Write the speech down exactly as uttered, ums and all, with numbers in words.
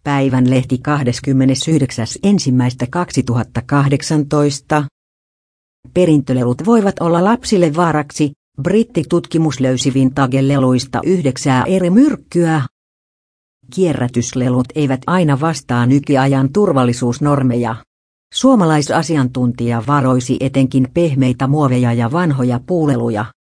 Päivän lehti kahdeskymmenesyhdeksäs ensimmäistä kaksituhattakahdeksantoista. Perintölelut voivat olla lapsille vaaraksi. Brittitutkimus löysi vintage-leluista yhdeksää eri myrkkyä. Kierrätyslelut eivät aina vastaa nykyajan turvallisuusnormeja. Suomalaisasiantuntija varoisi etenkin pehmeitä muoveja ja vanhoja puuleluja.